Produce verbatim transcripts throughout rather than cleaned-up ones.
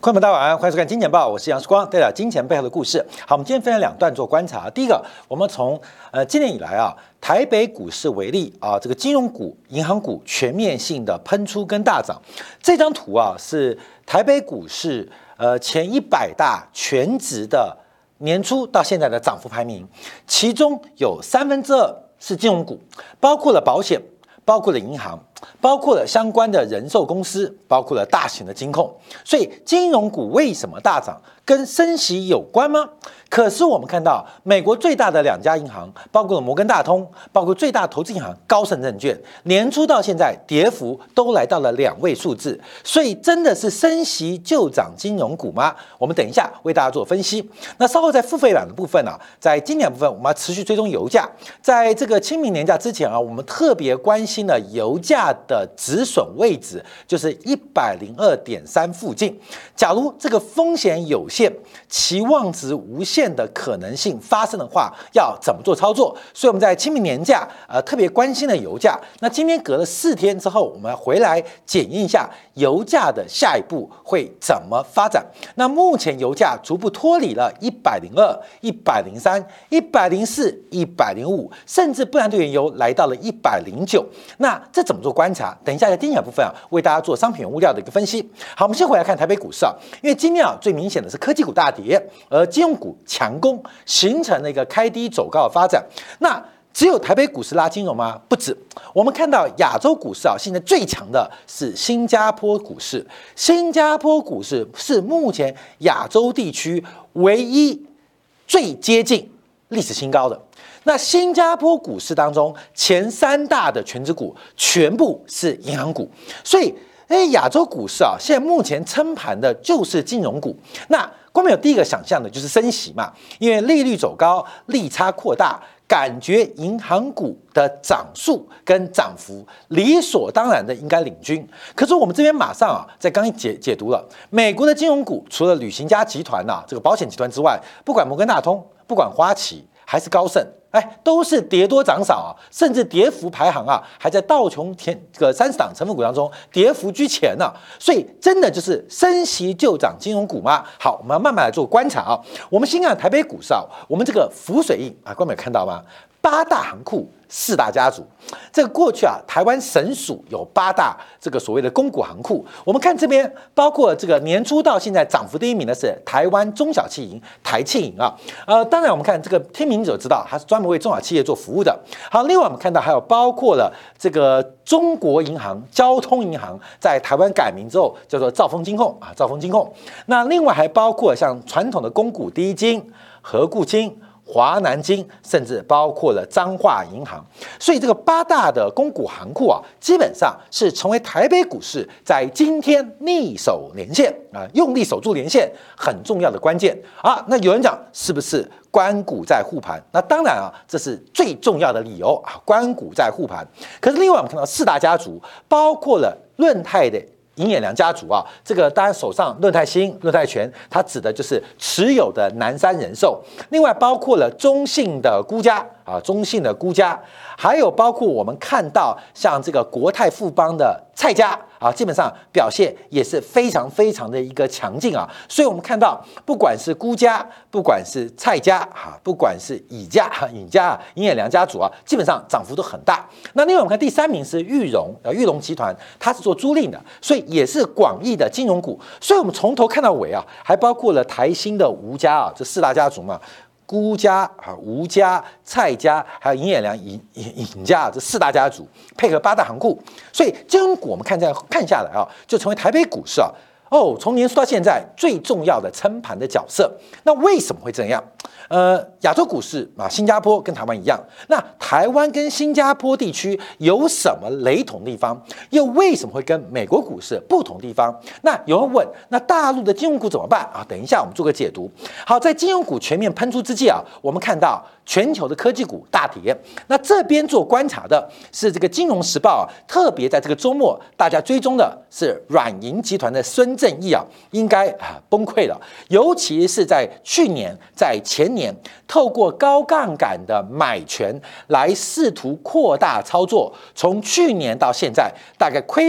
观众大家晚安，欢迎收看《金钱报》，我是杨世光，带来金钱背后的故事。好，我们今天分成两段做观察。第一个，我们从呃今年以来啊，台北股市为例啊，这个金融股、银行股全面性的喷出跟大涨。这张图啊，是台北股市呃前一百大全值的年初到现在的涨幅排名，其中有三分之二是金融股，包括了保险，包括了银行。包括了相关的人寿公司，包括了大型的金控，所以金融股为什么大涨，跟升息有关吗？可是我们看到美国最大的两家银行，包括了摩根大通，包括最大投资银行高盛证券，年初到现在跌幅都来到了两位数字，所以真的是升息就涨金融股吗？我们等一下为大家做分析。那稍后在付费版的部分呢、啊，在今年部分我们要持续追踪油价，在这个清明年假之前啊，我们特别关心了油价的止损位置，就是一百零二点三附近。假如这个风险有限、期望值无限的可能性发生的话，要怎么做操作？所以我们在清明年假呃特别关心了油价。那今天隔了四天之后，我们回来检验一下油价的下一步会怎么发展。那目前油价逐步脱离了一百零二、一百零三、一百零四、一百零五，甚至布兰特原油来到了一百零九。那这怎么做观察？等一下在精彩部分啊，为大家做商品原物料的一个分析。好，我们先回来看台北股市啊，因为今天啊最明显的是科技股大跌，而金融股强攻，形成了一个开低走高的发展。那只有台北股市拉金融吗？不止，我们看到亚洲股市啊，现在最强的是新加坡股市。新加坡股市是目前亚洲地区唯一最接近历史新高的。那新加坡股市当中，前三大的权值股全部是银行股，所以，哎，亚洲股市啊，现在目前撑盘的就是金融股。那光没有第一个想象的就是升息嘛，因为利率走高，利差扩大，感觉银行股的涨速跟涨幅理所当然的应该领军。可是我们这边马上啊，在刚一解解读了美国的金融股，除了旅行家集团呐、啊、这个保险集团之外，不管摩根大通，不管花旗还是高盛。哎，都是跌多涨少啊，甚至跌幅排行啊，还在道琼前这个三十档成分股当中跌幅居前呢、啊。所以真的就是升息就涨金融股吗？好，我们要慢慢来做观察啊。我们先看台北股市啊，我们这个浮水印啊，观众有看到吗？八大行库。四大家族，这个过去啊，台湾省属有八大这个所谓的公股行库。我们看这边，包括这个年初到现在涨幅第一名的是台湾中小企银台企银啊。呃，当然我们看这个听名者知道，它是专门为中小企业做服务的。好，另外我们看到还有包括了这个中国银行、交通银行在台湾改名之后叫做兆丰金控啊，兆丰金控。那另外还包括像传统的公股第一金、和固金。华南金，甚至包括了彰化银行，所以这个八大的公股行库啊，基本上是成为台北股市在今天逆守连线啊，用力守住连线很重要的关键啊。那有人讲是不是官股在护盘？那当然啊，这是最重要的理由啊，官股在护盘。可是另外我们看到四大家族，包括了润泰的。尹衍梁家族啊，这个当然手上润泰新、润泰全，它指的就是持有的南山人寿，另外包括了中信的估价啊，中信的估价，还有包括我们看到像这个国泰富邦的蔡家啊，基本上表现也是非常非常的一个强劲啊，所以我们看到不管是估价，不管是蔡家哈，不管是乙家哈、尹家、尹衍梁家族啊，基本上涨幅都很大。那另外我们看第三名是裕隆，呃，裕隆集团它是做租赁的，所以也是广义的金融股。所以我们从头看到尾啊，还包括了台新的吴家啊，这四大家族嘛。辜家啊、吴家、蔡家，还有尹衍梁、尹尹尹家这四大家族配合八大行库，所以金融股我们看这样看下来啊，就成为台北股市啊哦，从年初到现在最重要的撑盘的角色。那为什么会这样？呃，亚洲股市啊，新加坡跟台湾一样，那台湾跟新加坡地区有什么雷同地方？又为什么会跟美国股市不同地方？那有人问，那大陆的金融股怎么办啊？等一下我们做个解读。好，在金融股全面喷出之际啊，我们看到全球的科技股大跌。那这边做观察的是这个《金融时报》啊，特别在这个周末，大家追踪的是软银集团的孙正义啊，应该啊崩溃了，尤其是在去年、在前年，透过高杠杆的买权来试图扩大操作，从去年到现在，大概亏损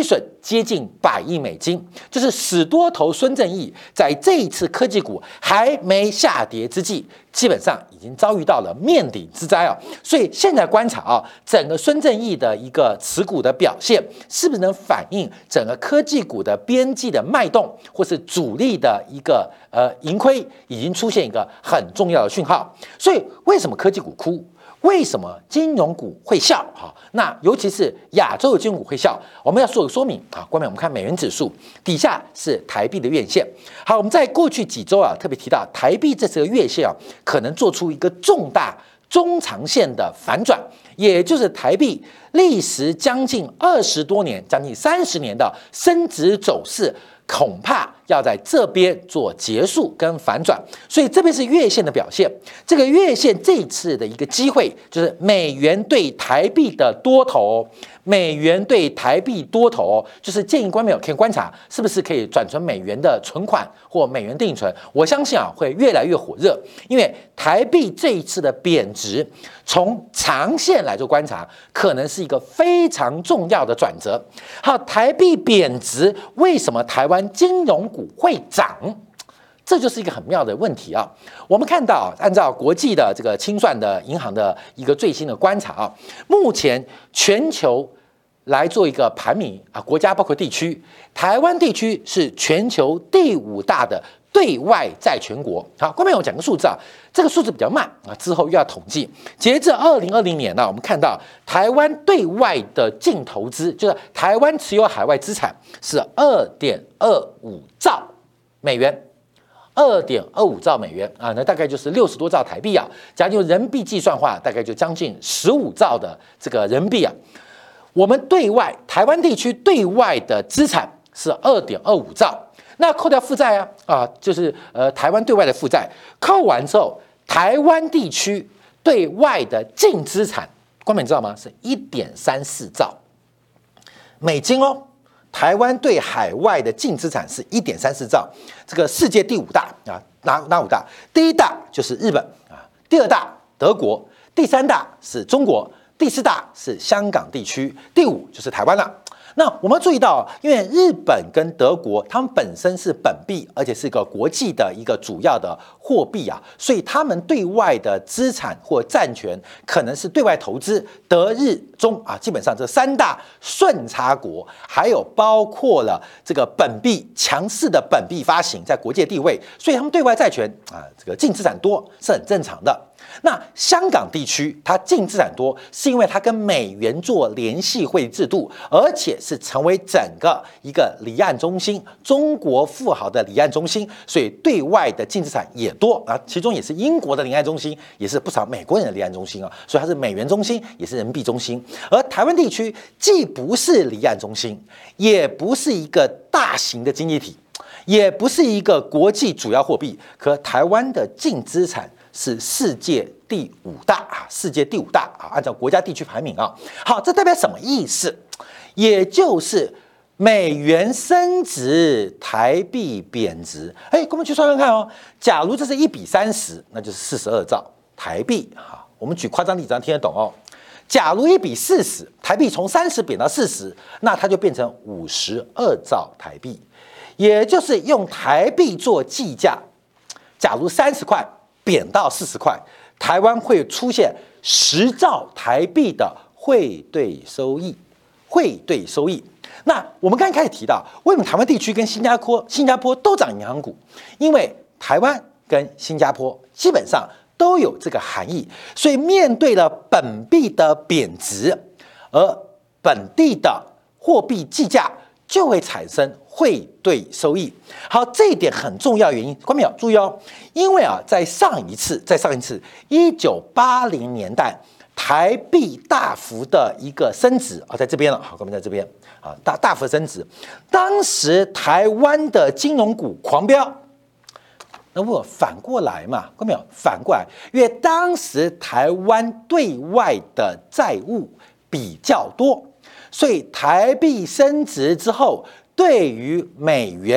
接近百亿美金，就是死多头孙正义在这一次科技股还没下跌之际，基本上已经遭遇到了面顶之灾啊。所以现在观察啊，整个孙正义的一个持股的表现，是不是能反映整个科技股的边际的脉动，或是主力的一个呃盈亏，已经出现一个很重要的讯号。所以为什么科技股哭？为什么金融股会笑？哈，那尤其是亚洲的金融股会笑，我们要做个说明啊。关面我们看美元指数底下是台币的月线。好，我们在过去几周啊，特别提到台币这次的月线啊，可能做出一个重大中长线的反转，也就是台币历时将近二十多年、将近三十年的升值走势，恐怕要在这边做结束跟反转，所以这边是月线的表现。这个月线这一次的一个机会，就是美元对台币的多头，美元对台币多头，就是建议观众可以观察是不是可以转成美元的存款或美元定存。我相信啊，会越来越火热，因为台币这一次的贬值，从长线来做观察，可能是一个非常重要的转折。好，台币贬值，为什么台湾金融股会涨？这就是一个很妙的问题啊！我们看到，按照国际的这个清算的银行的一个最新的观察啊，目前全球来做一个排名啊，国家包括地区，台湾地区是全球第五大的对外债权国。好，后面我讲个数字啊，这个数字比较慢啊，之后又要统计。截至二零二零年呢，我们看到台湾对外的净投资，就是台湾持有海外资产是二点二五兆美元。二点二五兆美元啊，那大概就是六十多兆台币啊。假如用人民币计算的话，大概就将近十五兆的这个人民币啊。我们对外台湾地区对外的资产是二点二五兆，那扣掉负债啊啊，就是呃台湾对外的负债扣完之后，台湾地区对外的净资产，光美知道吗？是一点三四兆美金哦。台湾对海外的净资产是一点三四兆，这个世界第五大啊，哪哪五大？第一大就是日本啊，第二大德国，第三大是中国，第四大是香港地区，第五就是台湾了。那我们注意到，因为日本跟德国，他们本身是本币，而且是一个国际的一个主要的货币啊，所以他们对外的资产或债权可能是对外投资，德日中啊，基本上这三大顺差国，还有包括了这个本币强势的本币发行在国际地位，所以他们对外债权啊，这个净资产多是很正常的。那香港地区它净资产多，是因为它跟美元做联系汇制度，而且是成为整个一个离岸中心，中国富豪的离岸中心，所以对外的净资产也多啊。其中也是英国的离岸中心，也是不少美国人的离岸中心啊，所以它是美元中心，也是人民币中心。而台湾地区既不是离岸中心，也不是一个大型的经济体，也不是一个国际主要货币，可台湾的净资产是世界第五大啊，世界第五大啊，按照国家地区排名啊。好，这代表什么意思？也就是美元升值，台币贬值。哎，我们去算算看哦。假如这是一比三十，那就是四十二兆台币哈。我们举夸张例子，让听得懂哦。假如一比四十，台币从三十贬到四十，那它就变成五十二兆台币。也就是用台币做计价，假如三十块贬到四十块，台湾会出现十兆台币的汇兑收益。汇兑收益。那我们刚才开始提到，为什么台湾地区跟新加坡、新加坡都涨银行股？因为台湾跟新加坡基本上都有这个含义，所以面对了本币的贬值，而本地的货币计价就会产生汇兑收益。好，这一点很重要原因，观众朋友注意哦，因为啊，在上一次，在上一次一九八零年代。台币大幅的一个升值啊，在这边了，好，我们在这边啊，大大幅升值。当时台湾的金融股狂飙，那我反过来嘛，看到没有？反过来，因为当时台湾对外的债务比较多，所以台币升值之后，对于美元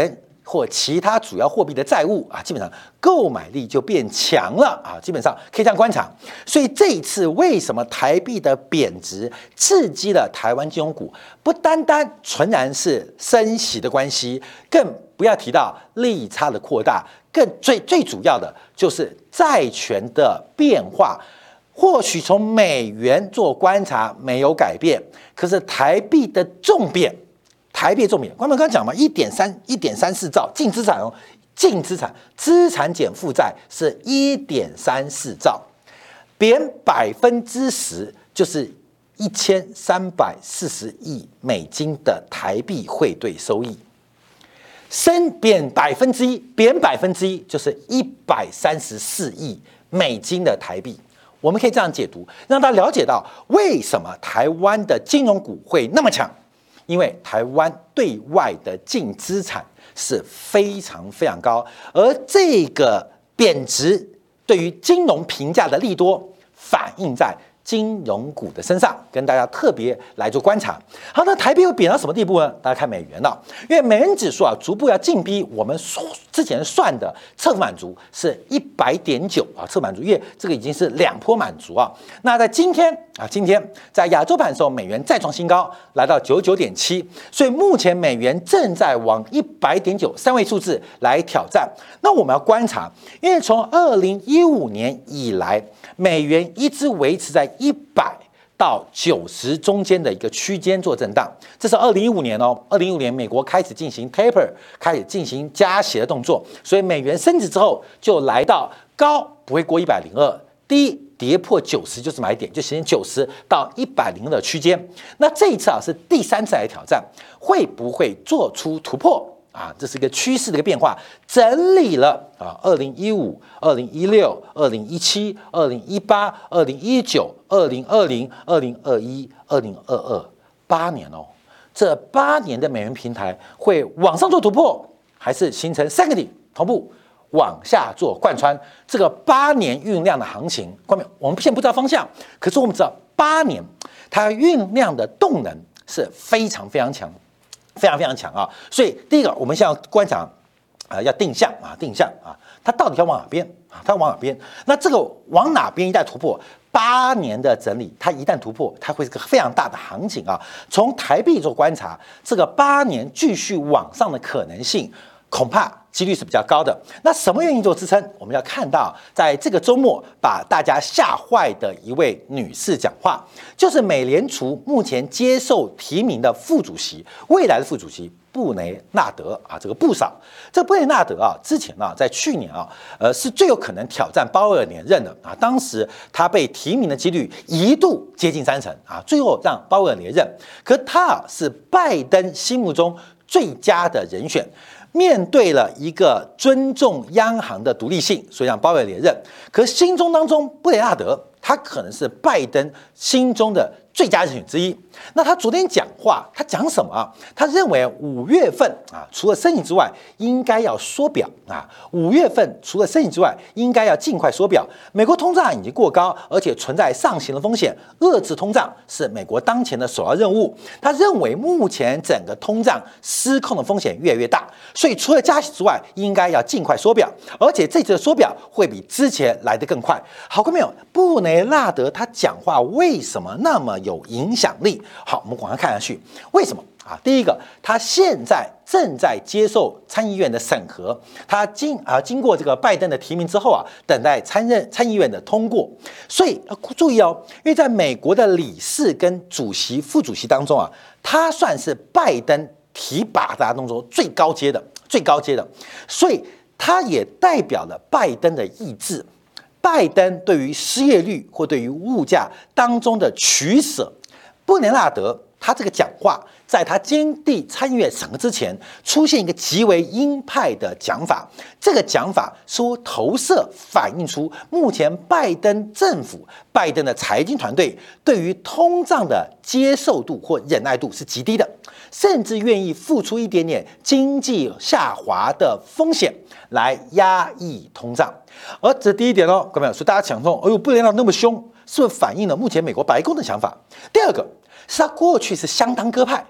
或其他主要货币的债务啊，基本上购买力就变强了啊，基本上可以这样观察。所以这一次为什么台币的贬值刺激了台湾金融股，不单单纯然是升息的关系，更不要提到利差的扩大，更最最主要的就是债权的变化。或许从美元做观察没有改变，可是台币的重贬，台币重贬，官们刚刚讲嘛，一点三一点三四兆净资产哦，净资产资产减负债是一点三四兆，贬百分之十就是一千三百四十亿美金的台币汇兑收益，升贬百分之一，贬百分之一就是一百三十四亿美金的台币。我们可以这样解读，让大家了解到为什么台湾的金融股会那么强，因为台湾对外的净资产是非常非常高，而这个贬值对于金融评价的利多反映在金融股的身上，跟大家特别来做观察。好，那台币会贬到什么地步呢？大家看美元了，因为美元指数啊逐步要进逼我们之前算的测幅满足是一百点九啊，测满足，因为这个已经是两波满足啊。那在今天啊，今天在亚洲盘的时候，美元再创新高，来到九十九点七，所以目前美元正在往一百点九三位数字来挑战。那我们要观察，因为从二零一五年以来，美元一直维持在一百到九十中间的一个区间做震荡，这是二零一五年哦。二零一五年美国开始进行 taper， 开始进行加息的动作，所以美元升值之后就来到高不会过一百零二，低跌破九十就是买点，就形成九十到一百零二的区间。那这一次啊是第三次来挑战，会不会做出突破？啊，这是一个趋势的一个变化，整理了啊，二零一五、二零一六、二零一七、二零一八、二零一九、二零二零、二零二一、二零二二，八年哦，这八年的美元平台会往上做突破，还是形成三个底同步往下做贯穿？这个八年酝酿的行情，观众我们现在不知道方向，可是我们知道八年它酝酿的动能是非常非常强。非常非常强啊！所以第一个，我们现在要观察，啊、呃，要定向啊，定向啊，它到底要往哪边啊？它往哪边？那这个往哪边一旦突破，八年的整理，它一旦突破，它会是个非常大的行情啊！从台币做观察，这个八年继续往上的可能性，恐怕几率是比较高的。那什么原因做支撑？我们要看到，在这个周末把大家吓坏的一位女士讲话，就是美联储目前接受提名的副主席，未来的副主席布雷纳德啊，这个布少，这布雷纳德啊，之前啊，在去年啊，呃，是最有可能挑战鲍威尔连任的啊。当时他被提名的几率一度接近三成啊，最后让鲍威尔连任。可他啊，是拜登心目中最佳的人选。面对了一个尊重央行的独立性，所以让鲍威尔连任。可是心中当中，布雷纳德他可能是拜登心中的最佳人选之一。那他昨天讲话，他讲什么啊？他认为五月份啊，除了升息之外，应该要缩表啊。五月份除了升息之外，应该要尽快缩表。美国通胀已经过高，而且存在上行的风险，遏制通胀是美国当前的首要任务。他认为目前整个通胀失控的风险越来越大，所以除了加息之外，应该要尽快缩表，而且这次的缩表会比之前来得更快。好，各位朋友，布雷纳德他讲话为什么那么有影响力？好，我们往下看下去，为什么啊？第一个，他现在正在接受参议院的审核，他经啊经过这个拜登的提名之后啊，等待参任参议院的通过。所以要注意哦，因为在美国的理事跟主席、副主席当中啊，他算是拜登提拔大家当中最高阶的、最高阶的，所以他也代表了拜登的意志。拜登对于失业率或对于物价当中的取舍。布雷纳德他这个讲话，在他坚定参议院审核之前，出现一个极为鹰派的讲法。这个讲法说投射反映出目前拜登政府、拜登的财经团队对于通胀的接受度或忍耐度是极低的，甚至愿意付出一点点经济下滑的风险来压抑通胀。而这第一点哦，各位朋友，所以大家想说，哎呦，布雷纳德那么凶，是不是反映了目前美国白宫的想法？第二个是他过去是相当鸽派，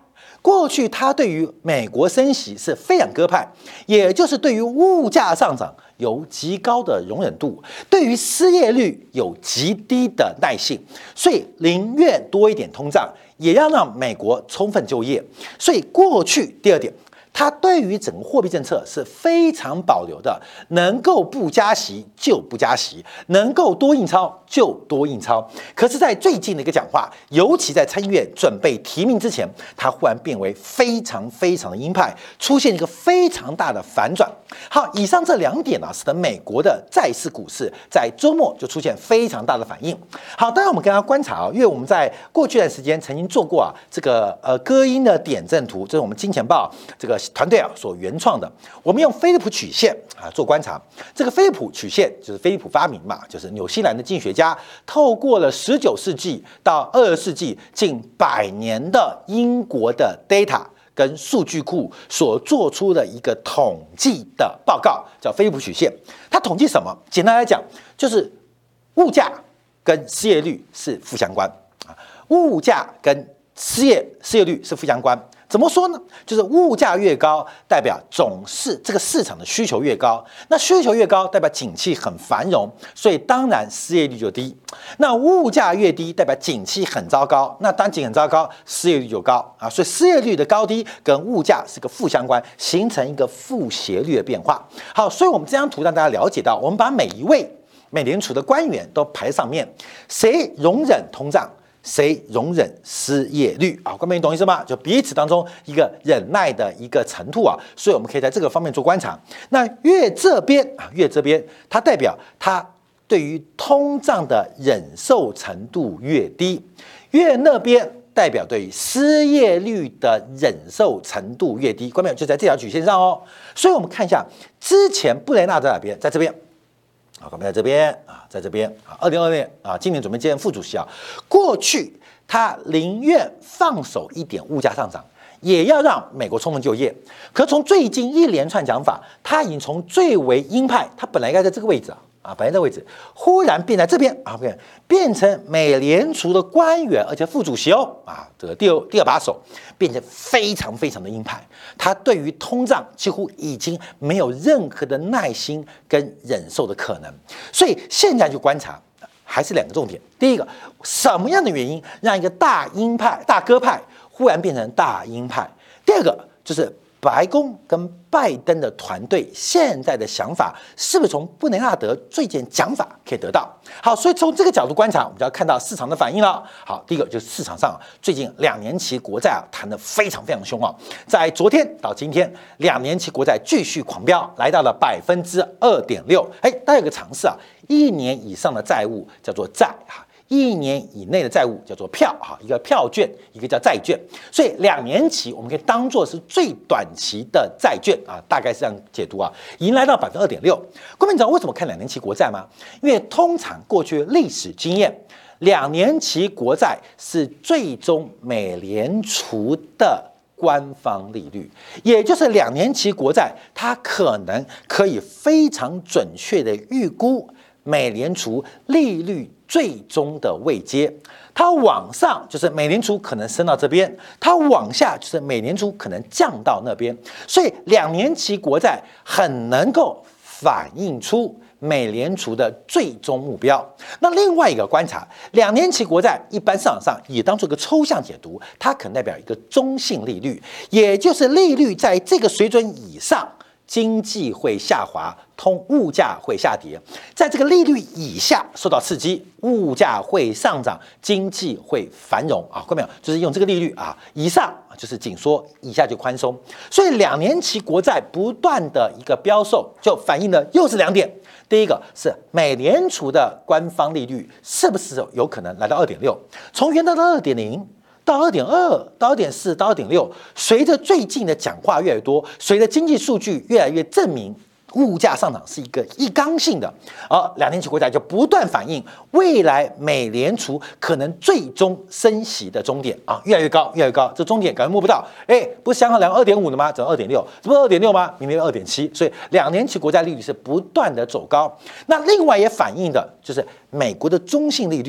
过去他对于美国升息是非常鸽派，也就是对于物价上涨有极高的容忍度，对于失业率有极低的耐性，所以宁愿多一点通胀，也要让美国充分就业。所以过去第二点，他对于整个货币政策是非常保留的，能够不加息就不加息，能够多印钞就多印钞。可是，在最近的一个讲话，尤其在参议院准备提名之前，他忽然变为非常非常的鹰派，出现一个非常大的反转。好，以上这两点呢、啊，使得美国的债市股市在周末就出现非常大的反应。好，当然我们跟大家观察啊，因为我们在过去一段时间曾经做过啊这个呃歌音的点阵图，这是我们金钱豹这个团队啊所原创的。我们用菲利普曲线啊做观察，这个菲利普曲线就是菲利普发明嘛，就是纽西兰的经济学家透过了十九世纪到二十世纪近百年的英国的 data 跟数据库所做出的一个统计的报告，叫菲利普曲线。它统计什么？简单来讲，就是物价跟失业率是负相关啊，物价跟失业失业率是负相关。怎么说呢？就是物价越高，代表总市这个市场的需求越高，那需求越高，代表景气很繁荣，所以当然失业率就低。那物价越低，代表景气很糟糕，那当景很糟糕，失业率就高啊。所以失业率的高低跟物价是个负相关，形成一个负斜率的变化。好，所以我们这张图让大家了解到，我们把每一位美联储的官员都排上面，谁容忍通胀？谁容忍失业率啊？官员，你懂意思吗？就彼此当中一个忍耐的一个程度啊，所以我们可以在这个方面做观察。那越这边啊，越这边，它代表它对于通胀的忍受程度越低；越那边代表对于失业率的忍受程度越低。官员就在这条曲线上哦。所以我们看一下，之前布雷纳在哪边？在这边。好，我们在这边啊，在这边啊，二零二零啊，今年准备接任副主席啊。过去他宁愿放手一点物价上涨，也要让美国充分就业。可从最近一连串讲法，他已经从最为鹰派，他本来应该在这个位置啊。啊，本来这个位置忽然变在这边啊，变变成美联储的官员，而且副主席哦，啊，这个第二第二把手，变成非常非常的鹰派。他对于通胀几乎已经没有任何的耐心跟忍受的可能。所以现在就观察，还是两个重点。第一个，什么样的原因让一个大鹰派、大鸽派忽然变成大鹰派？第二个就是白宫跟拜登的团队现在的想法，是不是从布雷纳德最近讲法可以得到？好，所以从这个角度观察，我们就要看到市场的反应了。好，第一个就是市场上最近两年期国债啊谈得非常非常凶啊，在昨天到今天，两年期国债继续狂飙，来到了百分之二点六。哎，大家有个常识啊，一年以上的债务叫做债啊。一年以内的债务叫做票哈，一个票券，一个叫债券，所以两年期我们可以当做是最短期的债券啊，大概是这样解读啊，已经来到百分之二点六。各位你知道为什么看两年期国债吗？因为通常过去历史经验，两年期国债是最终美联储的官方利率，也就是两年期国债，它可能可以非常准确的预估美联储利率最终的位阶，它往上就是美联储可能升到这边，它往下就是美联储可能降到那边，所以两年期国债很能够反映出美联储的最终目标。那另外一个观察，两年期国债一般市场上也当做一个抽象解读，它可能代表一个中性利率，也就是利率在这个水准以上，经济会下滑，通物价会下跌；在这个利率以下受到刺激，物价会上涨，经济会繁荣啊！看到没有？就是用这个利率啊，以上就是紧缩，以下就宽松。所以两年期国债不断的一个标售，就反映了又是两点。第一个是美联储的官方利率是不是有可能来到二点六？从原来的二点零。到二点二，到二点四，到二点六，随着最近的讲话越来越多，随着经济数据越来越证明物价上涨是一个一刚性的，而两年期国债就不断反映未来美联储可能最终升息的终点啊，越来越高，越来越高，这终点感觉摸不到。哎，不是想好两个二点五的吗？只有二点六，这不是二点六吗？明年二点七，所以两年期国债利率是不断的走高。那另外也反映的就是美国的中性利率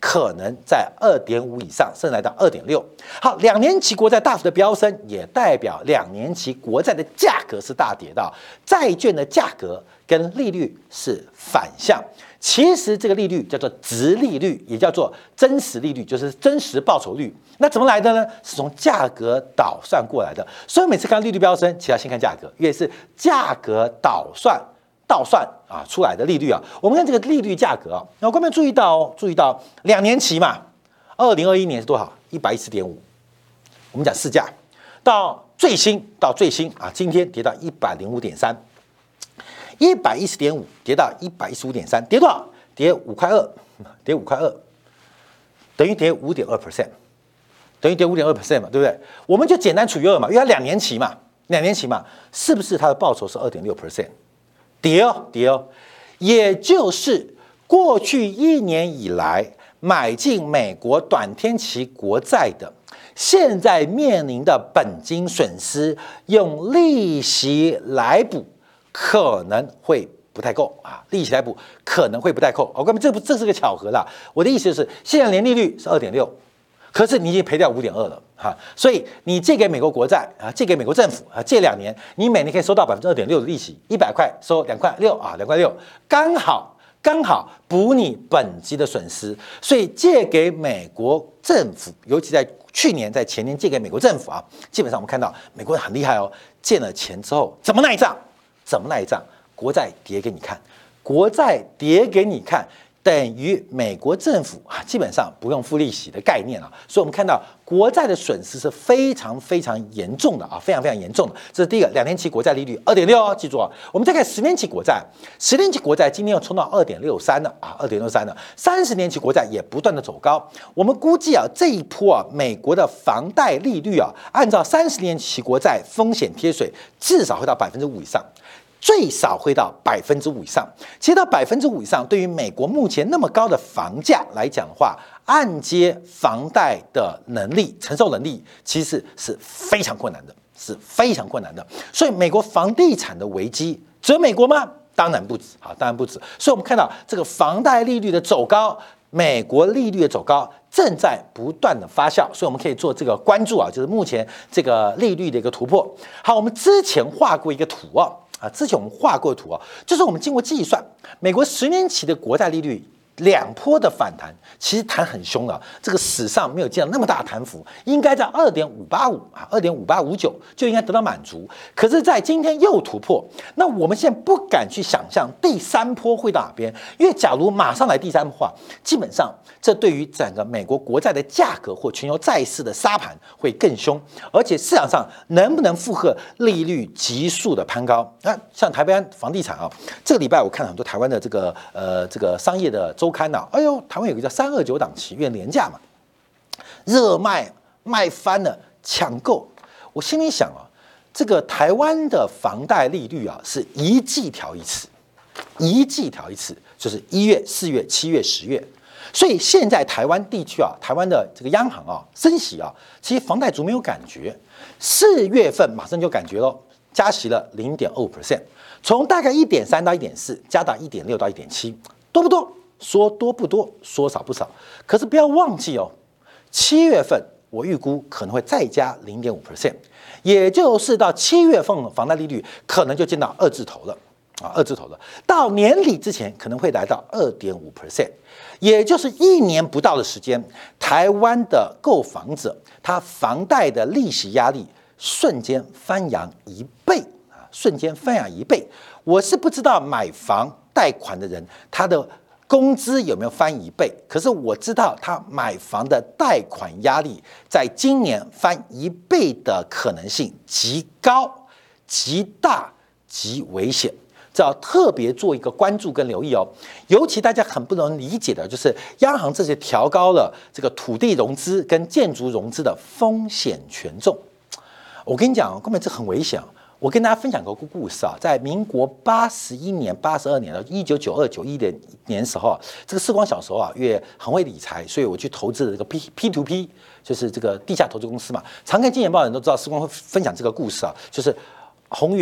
可能在二点五以上，甚至来到二点六。好，两年期国债大幅的飙升，也代表两年期国债的价格是大跌的，债券的价格跟利率是反向。其实这个利率叫做殖利率，也叫做真实利率，就是真实报酬率。那怎么来的呢？是从价格导算过来的。所以每次看利率飙升，其实要先看价格，因为是价格导算。倒算啊出来的利率啊，我们看这个利率价格啊，然后观众注意到哦，注意到两年期嘛，二零二一年是多少？一百一十点五。我们讲市价，到最新到最新啊，今天跌到一百零五点三，一百一十点五跌到一百一十五点三，跌多少？跌五块二，跌五块二，等于跌五点二 percent， 等于跌五点二 percent 嘛，对不对？我们就简单除以二嘛，因为它两年期嘛，两年期嘛，是不是它的报酬是二点六 percent？跌哦，跌哦，也就是过去一年以来买进美国短天期国债的，现在面临的本金损失，用利息来补，可能会不太够啊，利息来补可能会不太够。我根本这不这是个巧合啦。我的意思就是，现在年利率是二点六。可是你已经赔掉五点二了哈，所以你借给美国国债啊，借给美国政府啊，借两年，你每年可以收到百分之二点六的利息，一百块收两块六啊，两块六，刚好刚好补你本金的损失。所以借给美国政府，尤其在去年在前年借给美国政府啊，基本上我们看到美国人很厉害哦，借了钱之后怎么赖账？怎么赖账？国债跌给你看，国债跌给你看。等于美国政府啊，基本上不用付利息的概念啊，所以我们看到国债的损失是非常非常严重的啊，非常非常严重的。这是第一个，两年期国债利率二点六哦，记住啊。我们再看十年期国债，十年期国债今天又冲到二点六三了啊，二点六三了。三十年期国债也不断的走高。我们估计啊，这一波啊，美国的房贷利率啊，按照三十年期国债风险贴水，至少会到百分之五以上。最少会到百分之五以上，其实到百分之五以上，对于美国目前那么高的房价来讲的话，按揭房贷的能力、承受能力，其实是非常困难的，是非常困难的。所以，美国房地产的危机只有美国吗？当然不止啊，当然不止。所以我们看到这个房贷利率的走高，美国利率的走高正在不断的发酵，所以我们可以做这个关注啊，就是目前这个利率的一个突破。好，我们之前画过一个图啊。啊，之前我们画过图啊，就是我们经过计算，美国十年期的国债利率两波的反弹，其实弹很凶了，这个史上没有见到那么大的弹幅，应该在二点五八五啊，二点五八五九就应该得到满足。可是，在今天又突破，那我们现在不敢去想象第三波会到哪边，因为假如马上来第三波的话，基本上这对于整个美国国债的价格或全球债市的杀盘会更凶，而且市场上能不能负荷利率急速的攀高？那像台湾房地产啊，这个礼拜我看了很多台湾的这个呃这个商业的周刊呐，哎呦，台湾有个叫三二九档期，因为廉价嘛，热卖卖翻了，抢购。我心里想啊，这个台湾的房贷利率啊是一季调一次，一季调一次，就是一月、四月、七月、十月。所以现在台湾地区啊，台湾的这个央行啊升息啊，其实房贷族没有感觉，四月份马上就感觉咯，加息了零点二 percent， 从大概一点三到一点四，加到一点六到一点七，多不多？说多不多，说少不少。可是不要忘记哦，七月份我预估可能会再加零点五 percent， 也就是到七月份房贷利率可能就见到二字头了。啊，二字头了，到年底之前可能会来到二点五 percent， 也就是一年不到的时间，台湾的购房者他房贷的利息压力瞬间翻扬一倍啊，瞬间翻扬一倍。我是不知道买房贷款的人他的工资有没有翻一倍，可是我知道他买房的贷款压力在今年翻一倍的可能性极高、极大、极危险。这要特别做一个关注跟留意哦，尤其大家很不能理解的就是央行这些调高了这个土地融资跟建筑融资的风险权重。我跟你讲，根本这很危险。我跟大家分享个故事啊，在民国八十一年、八十二年的一九九二、九一年年时候啊，这个世光小时候啊，因为很会理财，所以我去投资了这个 P P to P， 就是这个地下投资公司嘛。常看金钱报的人都知道，世光会分享这个故事啊，就是宏源。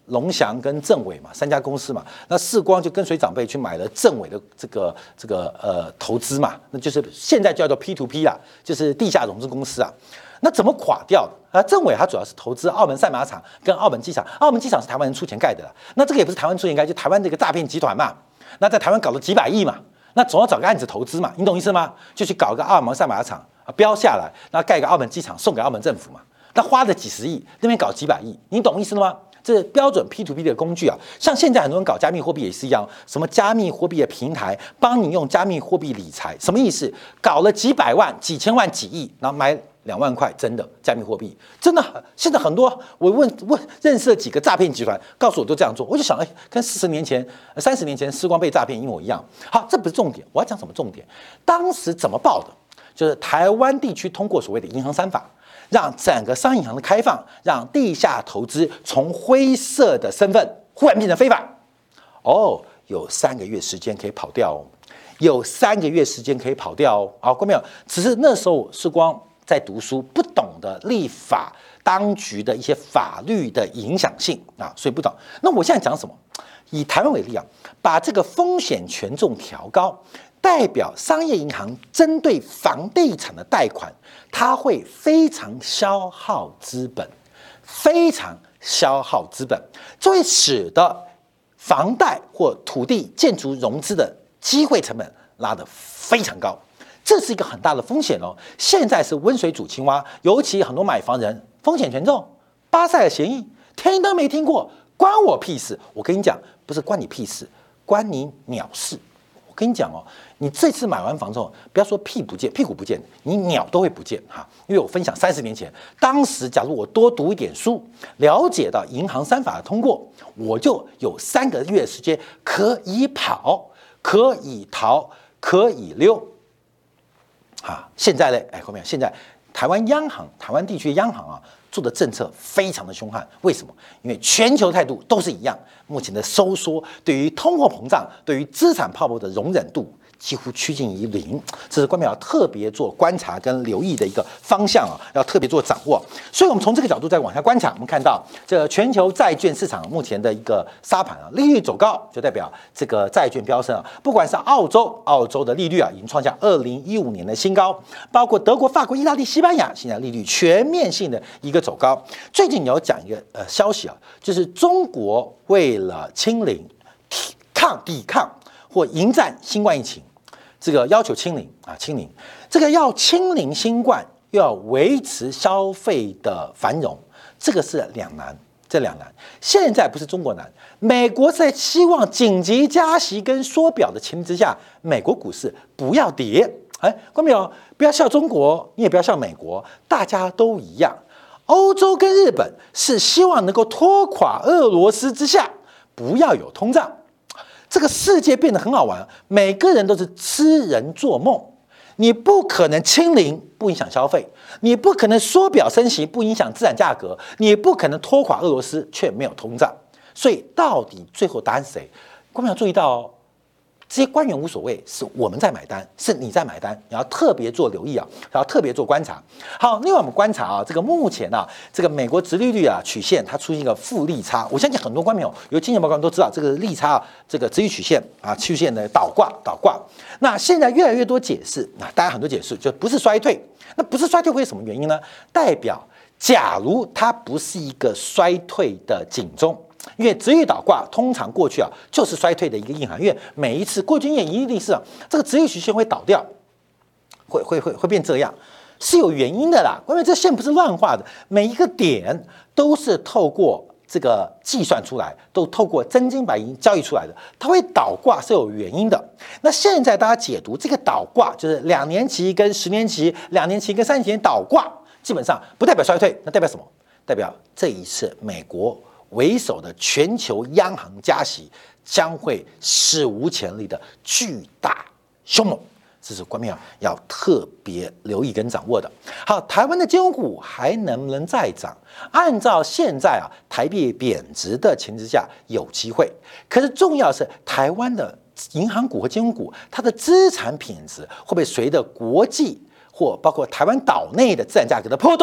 龙翔跟政委嘛，三家公司嘛，那世光就跟随长辈去买了政委的这个这个呃投资嘛，那就是现在叫做 P to P 啦，就是地下融资公司啊。那怎么垮掉的？啊，政委他主要是投资澳门赛马场跟澳门机场，澳门机场是台湾人出钱盖的啦，那这个也不是台湾出钱盖，就台湾这个诈骗集团嘛，那在台湾搞了几百亿嘛，那总要找个案子投资嘛，你懂意思吗？就去搞一个澳门赛马场啊，标下来，然后盖个澳门机场送给澳门政府嘛，那花了几十亿，那边搞几百亿，你懂意思了吗？这标准 P to P 的工具啊，像现在很多人搞加密货币也是一样，什么加密货币的平台帮你用加密货币理财，什么意思？搞了几百万、几千万、几亿，然后买两万块真的加密货币，真的现在很多我问问认识了几个诈骗集团，告诉我都这样做，我就想，哎，跟四十年前、三十年前时光被诈骗一模一样。好，这不是重点，我要讲什么重点？当时怎么报的？就是台湾地区通过所谓的银行三法。让整个商业银行的开放，让地下投资从灰色的身份忽然变成非法。哦，有三个月时间可以跑掉哦，有三个月时间可以跑掉哦。好，各位没有？只是那时候世光在读书，不懂得立法当局的一些法律的影响性啊，所以不懂。那我现在讲什么？以台湾为例啊，把这个风险权重调高。代表商业银行针对房地产的贷款，它会非常消耗资本，非常消耗资本，这会使得房贷或土地建筑融资的机会成本拉得非常高，这是一个很大的风险哦。现在是温水煮青蛙，尤其很多买房人风险权重，巴塞尔协议听都没听过，关我屁事！我跟你讲，不是关你屁事，关你鸟事。我跟你讲哦，你这次买完房之后，不要说屁不见，屁股不见，你鸟都会不见哈。因为我分享三十年前，当时假如我多读一点书，了解到银行三法的通过，我就有三个月时间可以跑，可以逃，可以溜。啊，现在呢，哎，后面现在台湾央行、台湾地区央行啊做的政策非常的凶悍，为什么？因为全球态度都是一样。目前的收缩对于通货膨胀、对于资产泡沫的容忍度几乎趋近于零，这是官媒要特别做观察跟留意的一个方向啊，要特别做掌握。所以，我们从这个角度再往下观察，我们看到这全球债券市场目前的一个沙盘啊，利率走高，就代表这个债券飙升啊。不管是澳洲，澳洲的利率啊已经创下二零一五年的新高，包括德国、法国、意大利、西班牙，现在利率全面性的一个走高。最近你要讲一个呃消息啊，就是中国为了清零、抗抵抗或迎战新冠疫情。这个要求清零啊，清零，这个要清零新冠，又要维持消费的繁荣，这个是两难，这两难。现在不是中国难，美国在希望紧急加息跟缩表的前提之下，美国股市不要跌。哎，观众朋友，不要笑中国，你也不要笑美国，大家都一样。欧洲跟日本是希望能够拖垮俄罗斯之下，不要有通胀。这个世界变得很好玩，每个人都是痴人做梦。你不可能清零不影响消费，你不可能缩表升息不影响资产价格，你不可能拖垮俄罗斯却没有通胀。所以到底最后答案是谁？观众要注意到哦，这些官员无所谓，是我们在买单，是你在买单，你要特别做留意啊，要特别做观察。好，另外我们观察啊，这个目前啊，这个美国殖利率啊曲线它出现一个负利差，我相信很多观众有经验报告都知道，这个利差啊，这个殖利率曲线啊曲线的倒挂倒挂。那现在越来越多解释，那大家很多解释就不是衰退，那不是衰退会是什么原因呢？代表假如它不是一个衰退的警钟。因为殖利率倒挂通常过去啊就是衰退的一个印象，因为每一次过去也一定是啊这个殖利率曲线会倒掉，会会会会变这样，是有原因的啦。因为这线不是乱画的，每一个点都是透过这个计算出来，都透过真金白银交易出来的，它会倒挂是有原因的。那现在大家解读这个倒挂，就是两年期跟十年期、两年期跟三年期倒挂，基本上不代表衰退，那代表什么？代表这一次美国为首的全球央行加息将会史无前例的巨大凶猛，这是观众要特别留意跟掌握的。好，台湾的金融股还能不能再涨？按照现在啊台币贬值的前提下有机会，可是重要的是台湾的银行股和金融股，它的资产品质会不会随着国际或包括台湾岛内的资产价格的波动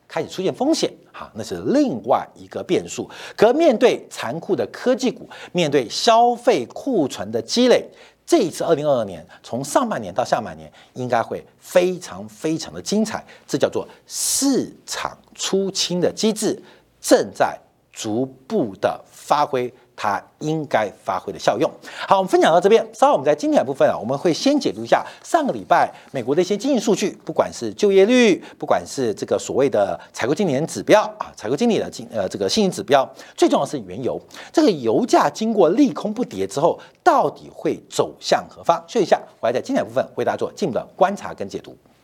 开始出现风险，哈，那是另外一个变数。可面对残酷的科技股，面对消费库存的积累，这一次二零二二年从上半年到下半年应该会非常非常的精彩，这叫做市场出清的机制正在逐步的发挥它应该发挥的效用。好，我们分享到这边。稍后我们在精彩部分啊，我们会先解读一下上个礼拜美国的一些经济数据，不管是就业率，不管是这个所谓的采购经理人指标啊，采购经理的经呃这个信心指标，最重要的是原油。这个油价经过利空不跌之后，到底会走向何方？休息一下，我还在精彩部分为大家做进一步的观察跟解读。